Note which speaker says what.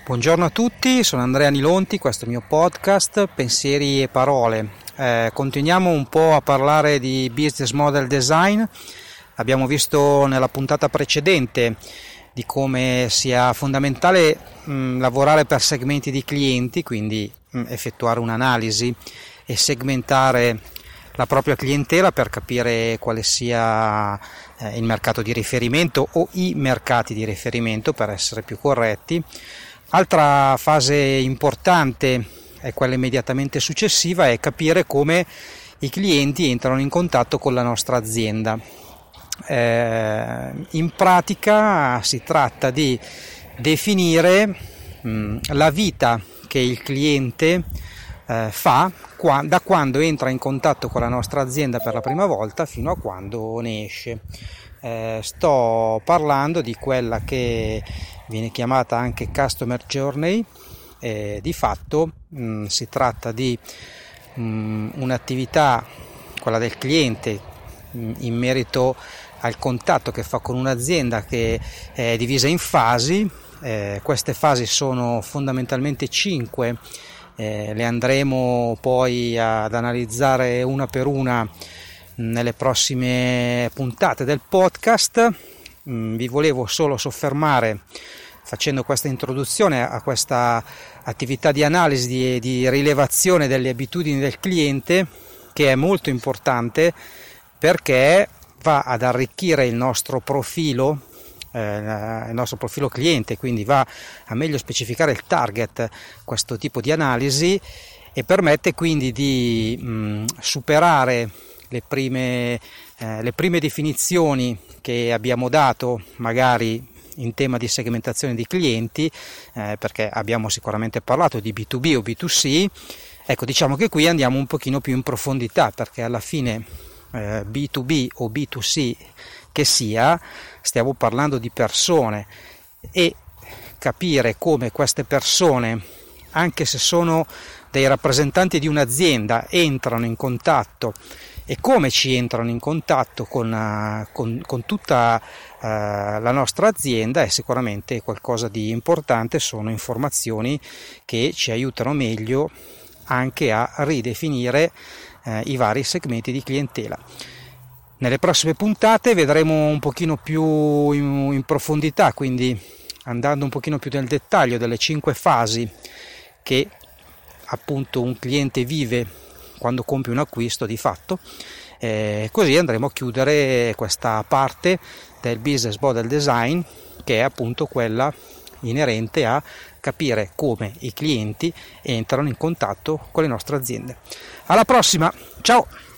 Speaker 1: Buongiorno a tutti, sono Andrea Nilonti, questo è il mio podcast Pensieri e Parole. Continuiamo un po' a parlare di business model design. Abbiamo visto nella puntata precedente di come sia fondamentale lavorare per segmenti di clienti, quindi effettuare un'analisi e segmentare la propria clientela per capire quale sia il mercato di riferimento o i mercati di riferimento, per essere più corretti. Altra fase importante è quella immediatamente successiva, è capire come i clienti entrano in contatto con la nostra azienda. In pratica si tratta di definire la vita che il cliente fa da quando entra in contatto con la nostra azienda per la prima volta fino a quando ne esce. Sto parlando di quella che viene chiamata anche Customer Journey. Di fatto si tratta di un'attività, quella del cliente, in merito al contatto che fa con un'azienda, che è divisa in fasi. Queste fasi sono fondamentalmente 5, le andremo poi ad analizzare una per una nelle prossime puntate del podcast. Vi volevo solo soffermare, facendo questa introduzione a questa attività di analisi, di rilevazione delle abitudini del cliente, che è molto importante perché va ad arricchire il nostro profilo cliente, quindi va a meglio specificare il target, questo tipo di analisi, e permette quindi di superare le prime definizioni che abbiamo dato magari in tema di segmentazione di clienti, perché abbiamo sicuramente parlato di B2B o B2C. Ecco, diciamo che qui andiamo un pochino più in profondità, perché alla fine B2B o B2C che sia, stiamo parlando di persone, e capire come queste persone, anche se sono dei rappresentanti di un'azienda, entrano in contatto e come ci entrano in contatto con tutta la nostra azienda, è sicuramente qualcosa di importante. Sono informazioni che ci aiutano meglio anche a ridefinire i vari segmenti di clientela. Nelle prossime puntate vedremo un pochino più in profondità, quindi andando un pochino più nel dettaglio delle 5 fasi che appunto un cliente vive quando compie un acquisto di fatto. Così andremo a chiudere questa parte del business model design, che è appunto quella inerente a capire come i clienti entrano in contatto con le nostre aziende. Alla prossima, ciao!